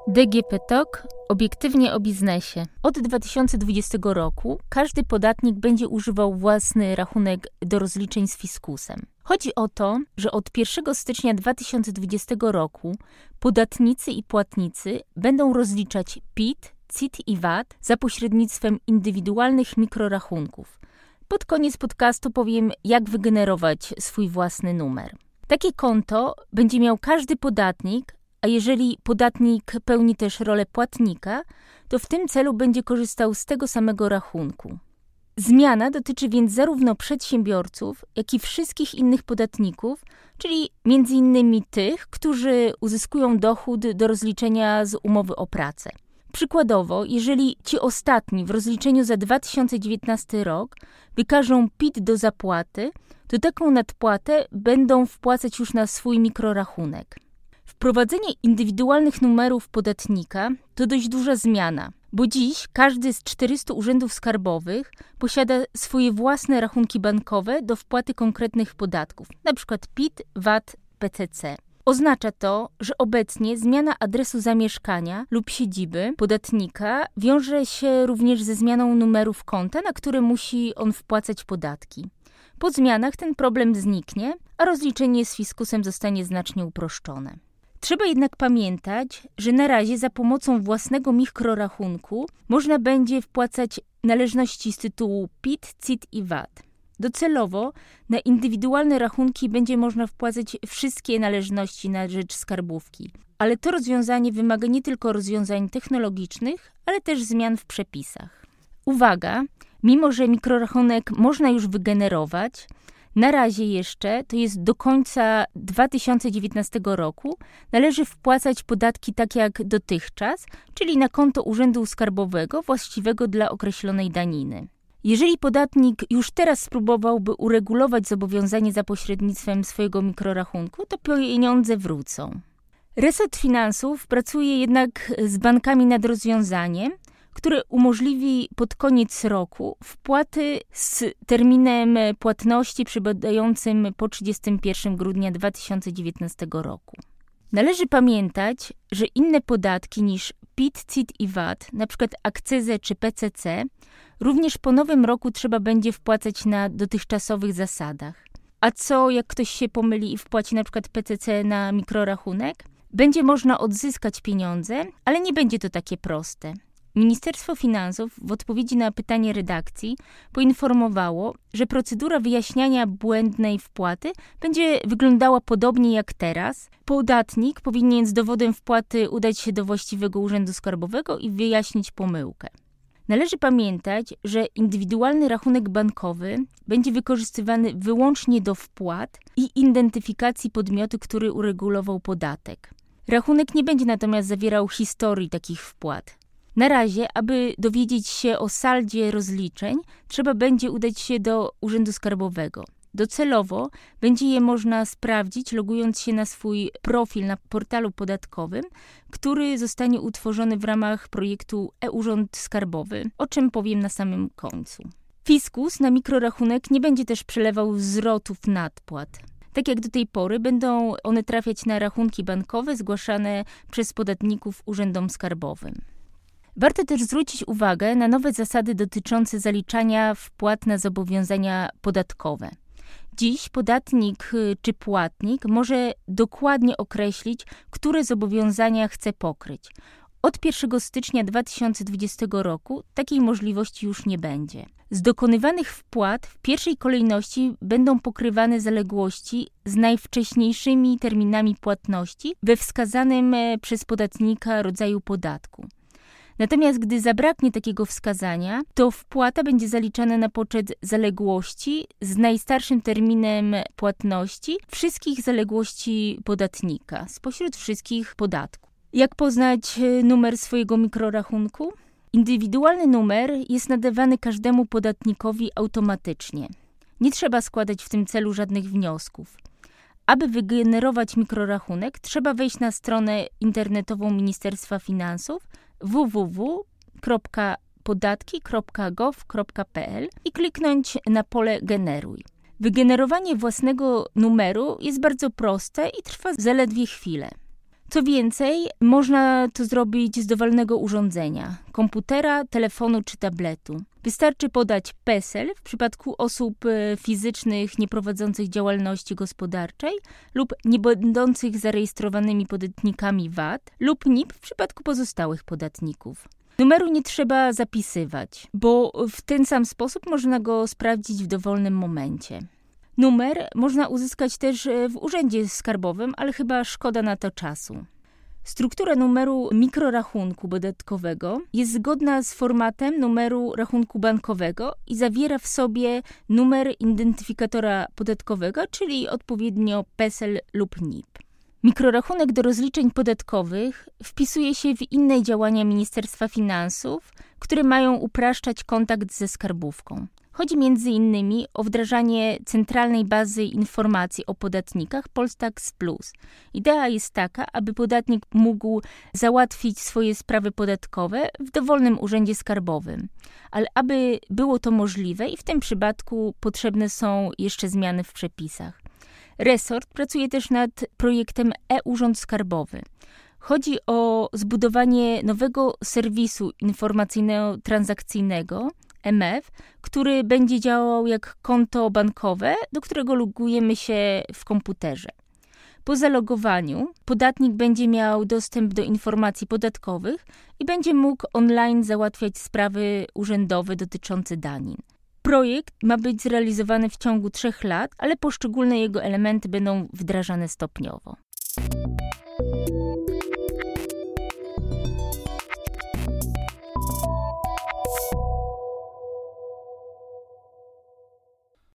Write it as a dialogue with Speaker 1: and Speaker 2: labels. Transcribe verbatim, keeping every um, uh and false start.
Speaker 1: D G P Talk obiektywnie o biznesie. Od dwa tysiące dwudziestego roku każdy podatnik będzie używał własny rachunek do rozliczeń z fiskusem. Chodzi o to, że od pierwszego stycznia dwa tysiące dwudziestego roku podatnicy i płatnicy będą rozliczać P I T, C I T i V A T za pośrednictwem indywidualnych mikrorachunków. Pod koniec podcastu powiem, jak wygenerować swój własny numer. Takie konto będzie miał każdy podatnik, a jeżeli podatnik pełni też rolę płatnika, to w tym celu będzie korzystał z tego samego rachunku. Zmiana dotyczy więc zarówno przedsiębiorców, jak i wszystkich innych podatników, czyli między innymi tych, którzy uzyskują dochód do rozliczenia z umowy o pracę. Przykładowo, jeżeli ci ostatni w rozliczeniu za dwa tysiące dziewiętnasty rok wykażą P I T do zapłaty, to taką nadpłatę będą wpłacać już na swój mikrorachunek. Wprowadzenie indywidualnych numerów podatnika to dość duża zmiana, bo dziś każdy z czterystu urzędów skarbowych posiada swoje własne rachunki bankowe do wpłaty konkretnych podatków, np. P I T, V A T, P C C. Oznacza to, że obecnie zmiana adresu zamieszkania lub siedziby podatnika wiąże się również ze zmianą numerów konta, na które musi on wpłacać podatki. Po zmianach ten problem zniknie, a rozliczenie z fiskusem zostanie znacznie uproszczone. Trzeba jednak pamiętać, że na razie za pomocą własnego mikrorachunku można będzie wpłacać należności z tytułu P I T, C I T i V A T. Docelowo na indywidualne rachunki będzie można wpłacać wszystkie należności na rzecz skarbówki, ale to rozwiązanie wymaga nie tylko rozwiązań technologicznych, ale też zmian w przepisach. Uwaga, mimo że mikrorachunek można już wygenerować, na razie jeszcze, to jest do końca dwa tysiące dziewiętnastego roku, należy wpłacać podatki tak jak dotychczas, czyli na konto Urzędu Skarbowego właściwego dla określonej daniny. Jeżeli podatnik już teraz spróbowałby uregulować zobowiązanie za pośrednictwem swojego mikrorachunku, to pieniądze wrócą. Resort Finansów pracuje jednak z bankami nad rozwiązaniem, które umożliwi pod koniec roku wpłaty z terminem płatności przypadającym po trzydziestego pierwszego grudnia dwa tysiące dziewiętnastego roku. Należy pamiętać, że inne podatki niż P I T, C I T i V A T, np. akcyzę czy P C C, również po nowym roku trzeba będzie wpłacać na dotychczasowych zasadach. A co, jak ktoś się pomyli i wpłaci np. P C C na mikrorachunek? Będzie można odzyskać pieniądze, ale nie będzie to takie proste. Ministerstwo Finansów w odpowiedzi na pytanie redakcji poinformowało, że procedura wyjaśniania błędnej wpłaty będzie wyglądała podobnie jak teraz. Podatnik powinien z dowodem wpłaty udać się do właściwego urzędu skarbowego i wyjaśnić pomyłkę. Należy pamiętać, że indywidualny rachunek bankowy będzie wykorzystywany wyłącznie do wpłat i identyfikacji podmiotu, który uregulował podatek. Rachunek nie będzie natomiast zawierał historii takich wpłat. Na razie, aby dowiedzieć się o saldzie rozliczeń, trzeba będzie udać się do Urzędu Skarbowego. Docelowo będzie je można sprawdzić, logując się na swój profil na portalu podatkowym, który zostanie utworzony w ramach projektu e-Urząd Skarbowy, o czym powiem na samym końcu. Fiskus na mikrorachunek nie będzie też przelewał zwrotów nadpłat. Tak jak do tej pory będą one trafiać na rachunki bankowe zgłaszane przez podatników Urzędom Skarbowym. Warto też zwrócić uwagę na nowe zasady dotyczące zaliczania wpłat na zobowiązania podatkowe. Dziś podatnik czy płatnik może dokładnie określić, które zobowiązania chce pokryć. Od pierwszego stycznia dwa tysiące dwudziestego roku takiej możliwości już nie będzie. Z dokonywanych wpłat w pierwszej kolejności będą pokrywane zaległości z najwcześniejszymi terminami płatności we wskazanym przez podatnika rodzaju podatku. Natomiast gdy zabraknie takiego wskazania, to wpłata będzie zaliczana na poczet zaległości z najstarszym terminem płatności wszystkich zaległości podatnika spośród wszystkich podatków. Jak poznać numer swojego mikrorachunku? Indywidualny numer jest nadawany każdemu podatnikowi automatycznie. Nie trzeba składać w tym celu żadnych wniosków. Aby wygenerować mikrorachunek, trzeba wejść na stronę internetową Ministerstwa Finansów w w w kropka podatki kropka gov kropka p l i kliknąć na pole Generuj. Wygenerowanie własnego numeru jest bardzo proste i trwa zaledwie chwilę. Co więcej, można to zrobić z dowolnego urządzenia, komputera, telefonu czy tabletu. Wystarczy podać PESEL w przypadku osób fizycznych nieprowadzących działalności gospodarczej lub nie będących zarejestrowanymi podatnikami V A T lub N I P w przypadku pozostałych podatników. Numeru nie trzeba zapisywać, bo w ten sam sposób można go sprawdzić w dowolnym momencie. Numer można uzyskać też w urzędzie skarbowym, ale chyba szkoda na to czasu. Struktura numeru mikrorachunku podatkowego jest zgodna z formatem numeru rachunku bankowego i zawiera w sobie numer identyfikatora podatkowego, czyli odpowiednio PESEL lub N I P. Mikrorachunek do rozliczeń podatkowych wpisuje się w inne działania Ministerstwa Finansów, które mają upraszczać kontakt ze skarbówką. Chodzi między innymi o wdrażanie centralnej bazy informacji o podatnikach Poltax Plus. Idea jest taka, aby podatnik mógł załatwić swoje sprawy podatkowe w dowolnym urzędzie skarbowym. Ale aby było to możliwe i w tym przypadku potrzebne są jeszcze zmiany w przepisach. Resort pracuje też nad projektem e-Urząd Skarbowy. Chodzi o zbudowanie nowego serwisu informacyjno-transakcyjnego M F, który będzie działał jak konto bankowe, do którego logujemy się w komputerze. Po zalogowaniu podatnik będzie miał dostęp do informacji podatkowych i będzie mógł online załatwiać sprawy urzędowe dotyczące danin. Projekt ma być zrealizowany w ciągu trzech lat, ale poszczególne jego elementy będą wdrażane stopniowo.